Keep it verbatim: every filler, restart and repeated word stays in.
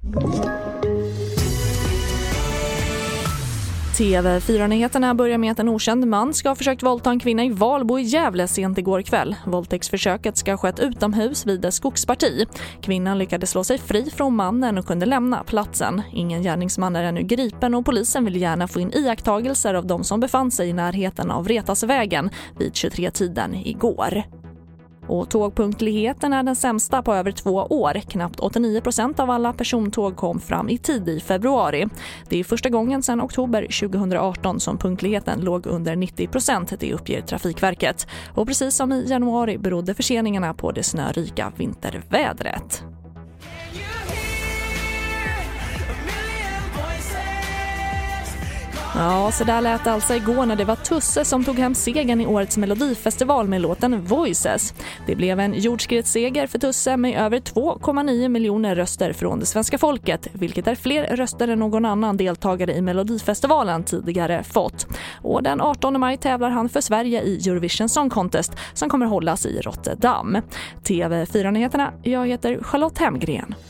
T V fyra-nyheterna börjar med att en okänd man ska ha försökt våldta en kvinna i Valbo i Gävle sent igår kväll. Våldtäktsförsöket ska ha skett utomhus vid ett skogsparti. Kvinnan lyckades slå sig fri från mannen och kunde lämna platsen. Ingen gärningsman är ännu gripen och polisen vill gärna få in iakttagelser av de som befann sig i närheten av Retasvägen vid tjugotre-tiden igår. Och tågpunktligheten är den sämsta på över två år. Knappt åttionio procent av alla persontåg kom fram i tid i februari. Det är första gången sedan oktober tjugoarton som punktligheten låg under nittio procent, det uppger Trafikverket. Och precis som i januari berodde förseningarna på det snörika vintervädret. Ja, så där lät alltså igår när det var Tusse som tog hem segern i årets Melodifestival med låten Voices. Det blev en jordskredsseger för Tusse med över två komma nio miljoner röster från det svenska folket, vilket är fler röster än någon annan deltagare i Melodifestivalen tidigare fått. Och den artonde maj tävlar han för Sverige i Eurovision Song Contest som kommer hållas i Rotterdam. T V fyra-nyheterna, jag heter Charlotte Hemgren.